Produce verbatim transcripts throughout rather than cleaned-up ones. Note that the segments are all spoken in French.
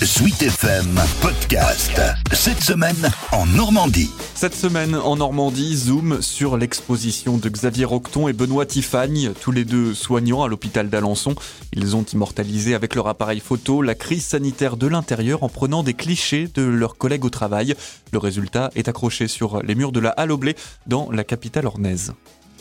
Sweet F M Podcast. Cette semaine en Normandie. Cette semaine en Normandie, zoom sur l'exposition de Xavier Rocton et Benoît Tiffagne, tous les deux soignants à l'hôpital d'Alençon. Ils ont immortalisé avec leur appareil photo la crise sanitaire de l'intérieur en prenant des clichés de leurs collègues au travail. Le résultat est accroché sur les murs de la Halle au Blé dans la capitale ornaise.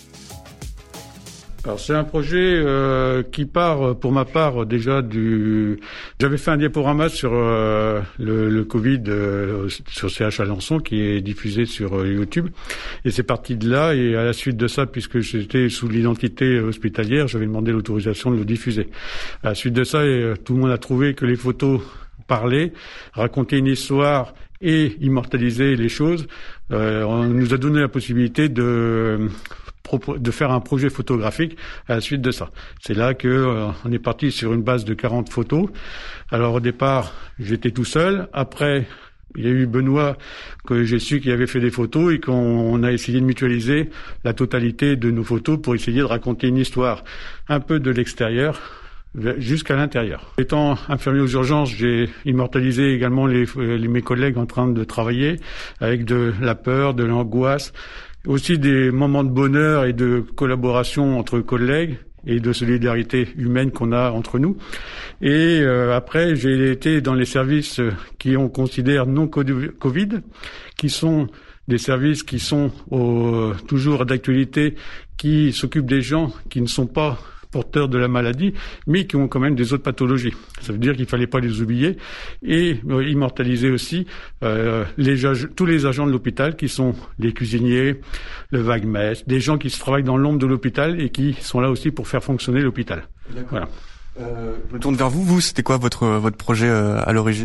Alors c'est un projet euh, qui part pour ma part déjà du. J'avais fait un diaporama sur euh, le, le Covid euh, sur C H Alençon qui est diffusé sur euh, YouTube et c'est parti de là et à la suite de ça puisque j'étais sous l'identité hospitalière j'avais demandé l'autorisation de le diffuser. À la suite de ça et, tout le monde a trouvé que les photos parlaient, racontaient une histoire et immortalisaient les choses. Euh, on nous a donné la possibilité de de faire un projet photographique à la suite de ça. C'est là que euh, on est parti sur une base de quarante photos. Alors au départ, j'étais tout seul. Après, il y a eu Benoît que j'ai su qu'il avait fait des photos et qu'on on a essayé de mutualiser la totalité de nos photos pour essayer de raconter une histoire un peu de l'extérieur jusqu'à l'intérieur. Étant infirmier aux urgences, j'ai immortalisé également les, les, mes collègues en train de travailler avec de la peur, de l'angoisse, aussi des moments de bonheur et de collaboration entre collègues et de solidarité humaine qu'on a entre nous. Et euh, après, j'ai été dans les services qui on considère non Covid, qui sont des services qui sont au, toujours d'actualité, qui s'occupent des gens qui ne sont pas porteurs de la maladie, mais qui ont quand même des autres pathologies. Ça veut dire qu'il fallait pas les oublier et euh, immortaliser aussi euh, les, tous les agents de l'hôpital qui sont les cuisiniers, le vague-messe, des gens qui se travaillent dans l'ombre de l'hôpital et qui sont là aussi pour faire fonctionner l'hôpital. D'accord. Voilà. Euh, je me tourne vers vous. Vous, c'était quoi votre votre projet euh, à l'origine ?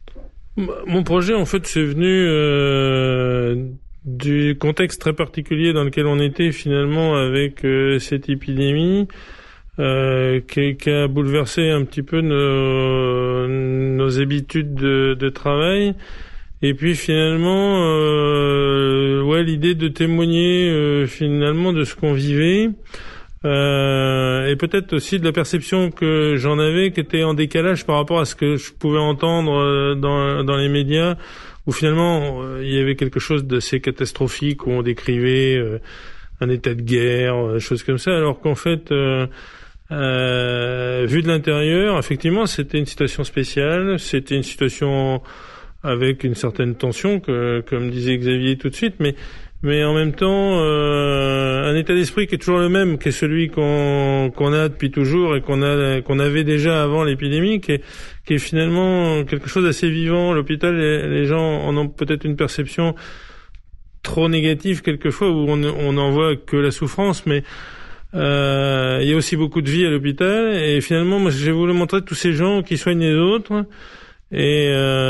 Mon projet, en fait, c'est venu euh, du contexte très particulier dans lequel on était finalement avec euh, cette épidémie. Euh, qui, qui a bouleversé un petit peu nos, nos habitudes de, de travail et puis finalement euh, ouais l'idée de témoigner euh, finalement de ce qu'on vivait euh, et peut-être aussi de la perception que j'en avais qui était en décalage par rapport à ce que je pouvais entendre dans, dans les médias où finalement euh, il y avait quelque chose d'assez catastrophique où on décrivait euh, un état de guerre, des choses comme ça, alors qu'en fait euh, Euh, vu de l'intérieur, effectivement, c'était une situation spéciale, c'était une situation avec une certaine tension, que, comme disait Xavier tout de suite, mais, mais en même temps, euh, un état d'esprit qui est toujours le même, qui est celui qu'on, qu'on a depuis toujours et qu'on a, qu'on avait déjà avant l'épidémie, qui est, qui est finalement quelque chose d'assez vivant. L'hôpital, les, les gens en ont peut-être une perception trop négative quelquefois, où on, on n'en voit que la souffrance, mais Euh, il y a aussi beaucoup de vie à l'hôpital et finalement moi j'ai voulu montrer tous ces gens qui soignent les autres et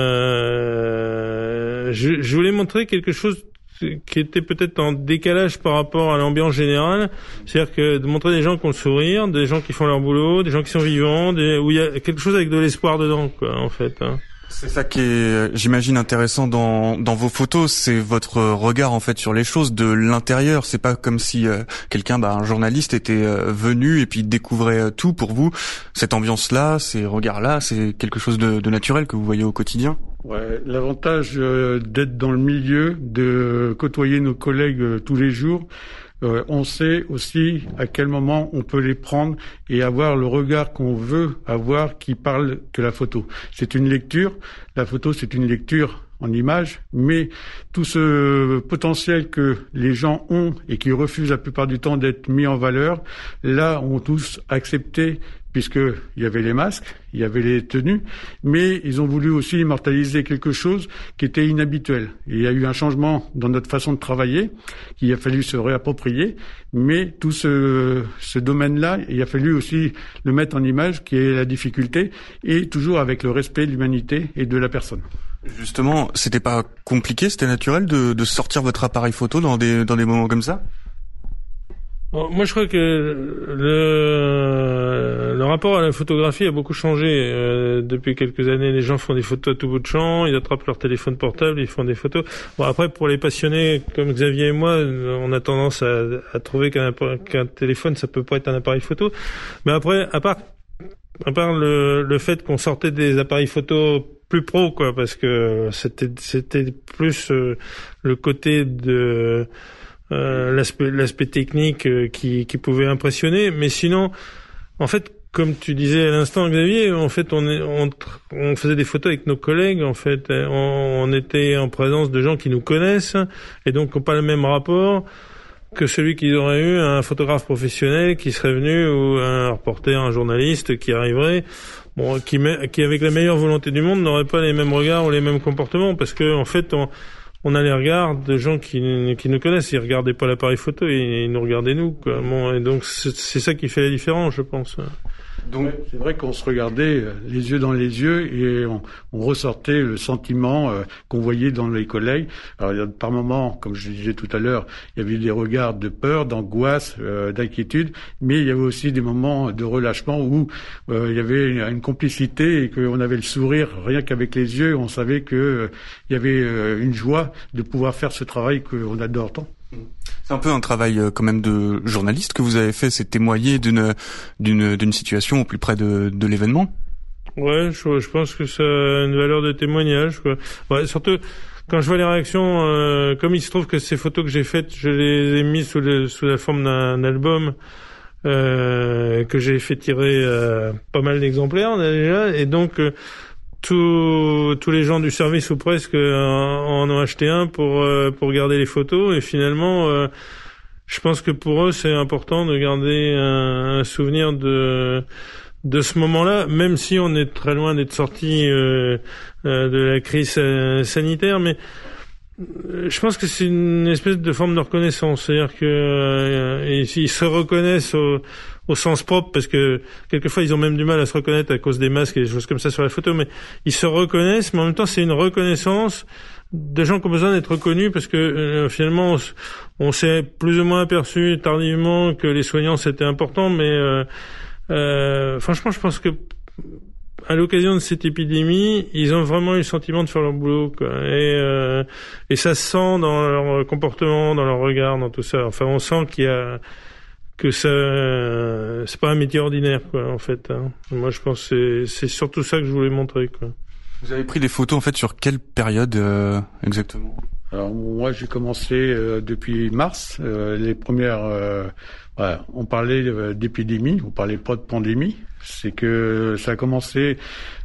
euh, je, je voulais montrer quelque chose qui était peut-être en décalage par rapport à l'ambiance générale, c'est-à-dire que de montrer des gens qui ont le sourire, des gens qui font leur boulot, des gens qui sont vivants, des, où il y a quelque chose avec de l'espoir dedans, quoi, en fait. Hein. C'est ça qui est, j'imagine, intéressant dans dans vos photos, c'est votre regard en fait sur les choses de l'intérieur. C'est pas comme si euh, quelqu'un, bah, un journaliste était euh, venu et puis découvrait euh, tout pour vous. Cette ambiance-là, ces regards-là, c'est quelque chose de, de naturel que vous voyez au quotidien. Ouais, l'avantage euh, d'être dans le milieu, de côtoyer nos collègues euh, tous les jours. Euh, on sait aussi à quel moment on peut les prendre et avoir le regard qu'on veut avoir qui parle que la photo. C'est une lecture. La photo, c'est une lecture en images, mais tout ce potentiel que les gens ont et qui refusent la plupart du temps d'être mis en valeur, là, ont tous accepté puisque il y avait les masques, il y avait les tenues, mais ils ont voulu aussi immortaliser quelque chose qui était inhabituel. Et il y a eu un changement dans notre façon de travailler, qu'il a fallu se réapproprier, mais tout ce, ce domaine-là, il a fallu aussi le mettre en image, qui est la difficulté, et toujours avec le respect de l'humanité et de la personne. Justement, c'était pas compliqué, c'était naturel de, de sortir votre appareil photo dans des, dans des moments comme ça ? Bon, moi, je crois que le, le rapport à la photographie a beaucoup changé euh, depuis quelques années. Les gens font des photos à tout bout de champ, ils attrapent leur téléphone portable, ils font des photos. Bon, après, pour les passionnés comme Xavier et moi, on a tendance à, à trouver qu'un, qu'un téléphone, ça peut pas être un appareil photo. Mais après, à part, à part le, le fait qu'on sortait des appareils photo plus pro, quoi, parce que c'était c'était plus euh, le côté de euh, l'aspect l'aspect technique euh, qui qui pouvait impressionner, mais sinon, en fait, comme tu disais à l'instant, Xavier, en fait, on, est, on, on faisait des photos avec nos collègues. En fait, on, on était en présence de gens qui nous connaissent et donc n'ont pas le même rapport que celui qu'ils auraient eu un photographe professionnel qui serait venu ou un reporter, un journaliste qui arriverait, bon, qui, qui avec la meilleure volonté du monde n'aurait pas les mêmes regards ou les mêmes comportements, parce que en fait, on, on a les regards de gens qui, qui nous connaissent. Ils regardaient pas l'appareil photo, ils, ils nous regardaient nous, quoi. Bon, et donc c'est, c'est ça qui fait la différence, je pense. Donc ouais, c'est vrai qu'on se regardait les yeux dans les yeux et on, on ressortait le sentiment euh, qu'on voyait dans les collègues. Alors il y a, par moments, comme je le disais tout à l'heure, il y avait des regards de peur, d'angoisse, euh, d'inquiétude, mais il y avait aussi des moments de relâchement où euh, il y avait une, une complicité et qu'on avait le sourire rien qu'avec les yeux. On savait que euh, il y avait euh, une joie de pouvoir faire ce travail qu'on adore tant. C'est un peu un travail quand même de journaliste que vous avez fait, c'est témoigner d'une d'une d'une situation au plus près de de l'événement. Ouais, je, je pense que ça a une valeur de témoignage, quoi. Ouais, surtout quand je vois les réactions, euh, comme il se trouve que ces photos que j'ai faites, je les ai mises sous le, sous la forme d'un album euh, que j'ai fait tirer euh, pas mal d'exemplaires déjà, et donc euh, Tous, tous les gens du service ou presque en, en ont acheté un pour euh, pour garder les photos, et finalement euh, je pense que pour eux c'est important de garder un, un souvenir de de ce moment-là, même si on est très loin d'être sorti euh, euh, de la crise sanitaire, mais je pense que c'est une espèce de forme de reconnaissance, c'est-à-dire que euh, ils se reconnaissent au, au sens propre, parce que quelquefois ils ont même du mal à se reconnaître à cause des masques et des choses comme ça sur la photo, mais ils se reconnaissent, mais en même temps c'est une reconnaissance de gens qui ont besoin d'être reconnus, parce que euh, finalement on, on s'est plus ou moins aperçu tardivement que les soignants c'était important, mais euh, euh, franchement je pense que à l'occasion de cette épidémie, ils ont vraiment eu le sentiment de faire leur boulot, quoi. Et, euh, et ça se sent dans leur comportement, dans leur regard, dans tout ça. Enfin, on sent qu'il y a que ça, c'est pas un métier ordinaire, quoi, en fait. Hein. Moi, je pense que c'est, c'est surtout ça que je voulais montrer, quoi. Vous avez pris des photos, en fait, sur quelle période euh, exactement ? Alors moi, j'ai commencé euh, depuis mars. Euh, les premières, euh, voilà, on parlait euh, d'épidémie, on parlait pas de pandémie. C'est que ça a commencé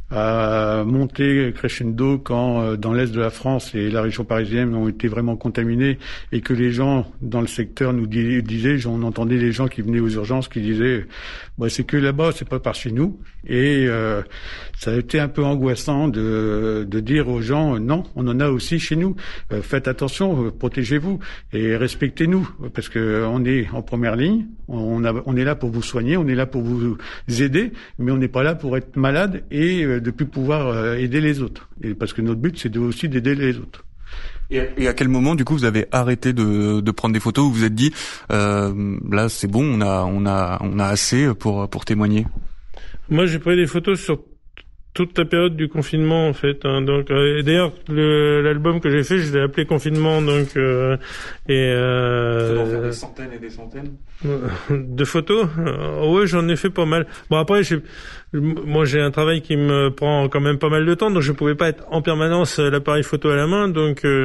à monter crescendo quand euh, dans l'est de la France et la région parisienne ont été vraiment contaminés, et que les gens dans le secteur nous disaient, on entendait les gens qui venaient aux urgences qui disaient bah, c'est que là-bas, c'est pas par chez nous. Et euh, ça a été un peu angoissant de, de dire aux gens non, on en a aussi chez nous. Euh, faites attention, euh, protégez-vous et respectez-nous, parce que on est en première ligne. On, a, on est là pour vous soigner, on est là pour vous aider, mais on n'est pas là pour être malade et euh, de plus pouvoir euh, aider les autres. Et parce que notre but, c'est de, aussi d'aider les autres. Et, et à quel moment, du coup, vous avez arrêté de, de prendre des photos, où vous vous êtes dit, euh, là, c'est bon, on a, on a, on a assez pour, pour témoigner? Moi, j'ai pris des photos sur toute la période du confinement, en fait. Hein. Donc, euh, et d'ailleurs, le, l'album que j'ai fait, je l'ai appelé Confinement. Donc, euh, et euh, ça doit faire des centaines et des centaines de photos. Euh, oui, j'en ai fait pas mal. Bon, après, j'ai, moi, j'ai un travail qui me prend quand même pas mal de temps, donc je pouvais pas être en permanence l'appareil photo à la main. Donc, euh,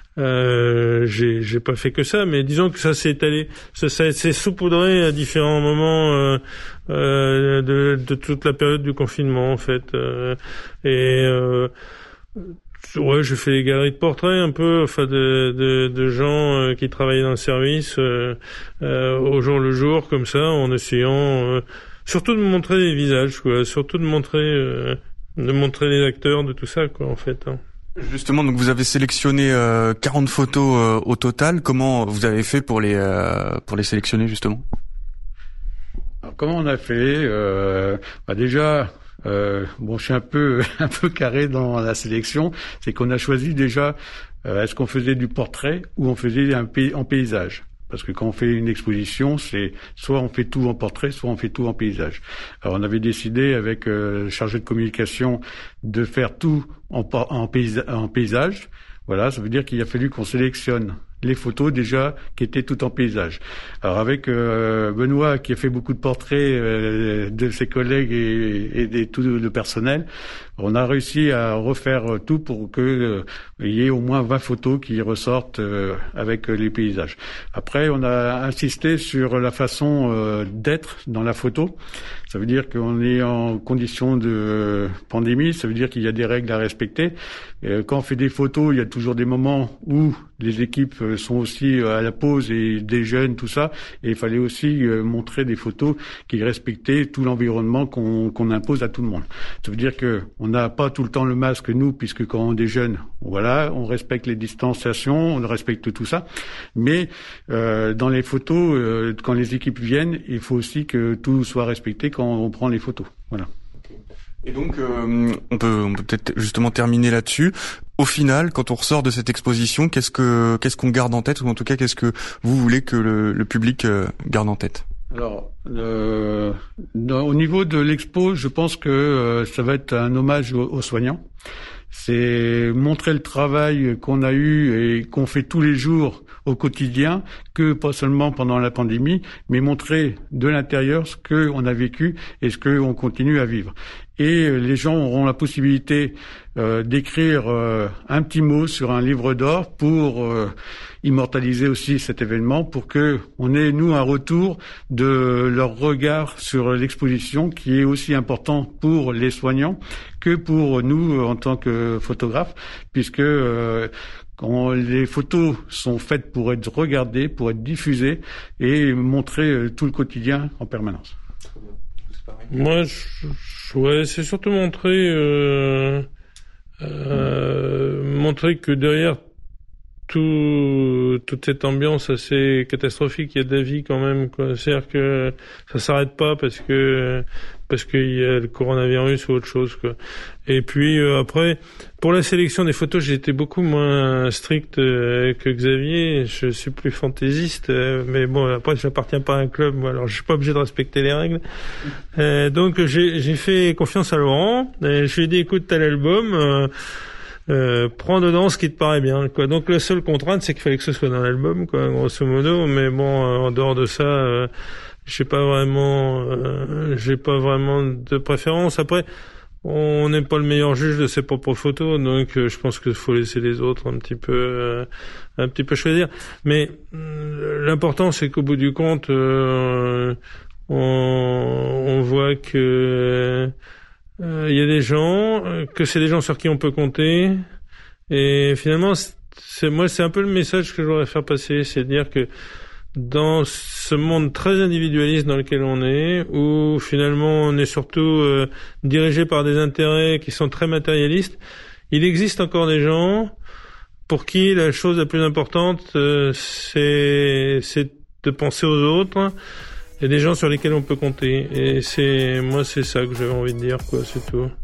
Euh, j'ai, j'ai pas fait que ça, mais disons que ça s'est étalé, ça, ça s'est saupoudré à différents moments euh, euh, de, de toute la période du confinement, en fait. Euh, et euh, ouais, je fais des galeries de portraits un peu, enfin de, de, de gens euh, qui travaillaient dans le service euh, euh, au jour le jour, comme ça, en essayant euh, surtout de montrer les visages, quoi, surtout de montrer, euh, de montrer les acteurs de tout ça, quoi, en fait. Hein. Justement, donc vous avez sélectionné euh, quarante photos euh, au total. Comment vous avez fait pour les euh, pour les sélectionner, justement? Alors, comment on a fait euh, bah déjà, euh, bon, je suis un peu un peu carré dans la sélection. C'est qu'on a choisi déjà euh, est-ce qu'on faisait du portrait ou on faisait un pays en paysage. Parce que quand on fait une exposition, c'est soit on fait tout en portrait, soit on fait tout en paysage. Alors on avait décidé avec euh, le chargé de communication de faire tout en, en, paysa- en paysage. Voilà, ça veut dire qu'il a fallu qu'on sélectionne les photos déjà qui étaient tout en paysage. Alors avec euh, Benoît qui a fait beaucoup de portraits euh, de ses collègues et, et de tout le personnel, on a réussi à refaire tout pour que euh, il y ait au moins vingt photos qui ressortent euh, avec les paysages. Après, on a insisté sur la façon euh, d'être dans la photo. Ça veut dire qu'on est en condition de pandémie, ça veut dire qu'il y a des règles à respecter. Et quand on fait des photos, il y a toujours des moments où les équipes sont aussi à la pause et déjeunent, tout ça. Et il fallait aussi montrer des photos qui respectaient tout l'environnement qu'on, qu'on impose à tout le monde. Ça veut dire que on n'a pas tout le temps le masque, nous, puisque quand on déjeune, voilà, on respecte les distanciations, on respecte tout ça. Mais euh, dans les photos, euh, quand les équipes viennent, il faut aussi que tout soit respecté quand on prend les photos. Voilà. Et donc, euh, on peut, on peut peut-être justement terminer là-dessus. Au final, quand on ressort de cette exposition, qu'est-ce que, qu'est-ce qu'on garde en tête, ou en tout cas, qu'est-ce que vous voulez que le, le public euh, garde en tête? Alors, euh, au niveau de l'expo, je pense que euh, ça va être un hommage aux, aux soignants. C'est montrer le travail qu'on a eu et qu'on fait tous les jours au quotidien, que pas seulement pendant la pandémie, mais montrer de l'intérieur ce qu'on a vécu et ce qu'on continue à vivre. Et les gens auront la possibilité euh, d'écrire euh, un petit mot sur un livre d'or pour euh, immortaliser aussi cet événement, pour que on ait, nous, un retour de leur regard sur l'exposition, qui est aussi important pour les soignants que pour nous en tant que photographes, puisque euh, quand les photos sont faites pour être regardées, pour être diffusées et montrer tout le quotidien en permanence. Moi, je, je, ouais, c'est surtout montrer, euh, euh, montrer que derrière tout, toute cette ambiance assez catastrophique, il y a de la vie quand même, quoi. C'est-à-dire que ça s'arrête pas parce que parce qu'il y a le coronavirus ou autre chose, quoi. Et puis euh, après, pour la sélection des photos, j'ai été beaucoup moins strict euh, que Xavier. Je suis plus fantaisiste, euh, mais bon, après, je n'appartiens pas à un club, moi, alors je suis pas obligé de respecter les règles. Euh, donc j'ai, j'ai fait confiance à Laurent. Et je lui ai dit, écoute, t'as l'album. Euh, Euh, prends dedans ce qui te paraît bien, quoi. Donc la seule contrainte, c'est qu'il fallait que ce soit dans l'album, quoi, grosso modo. Mais bon, euh, en dehors de ça, euh, j'ai pas vraiment, euh, j'ai pas vraiment de préférence. Après, on n'est pas le meilleur juge de ses propres photos, donc euh, je pense qu'il faut laisser les autres un petit peu, euh, un petit peu choisir. Mais euh, l'important, c'est qu'au bout du compte, euh, on, on voit que il euh, y a des gens, euh, que c'est des gens sur qui on peut compter, et finalement, c'est moi, c'est un peu le message que je voudrais faire passer, c'est de dire que dans ce monde très individualiste dans lequel on est, où finalement on est surtout euh, dirigé par des intérêts qui sont très matérialistes, il existe encore des gens pour qui la chose la plus importante, euh, c'est c'est de penser aux autres. Il y a des gens sur lesquels on peut compter. Et c'est, moi, c'est ça que j'avais envie de dire, quoi, c'est tout.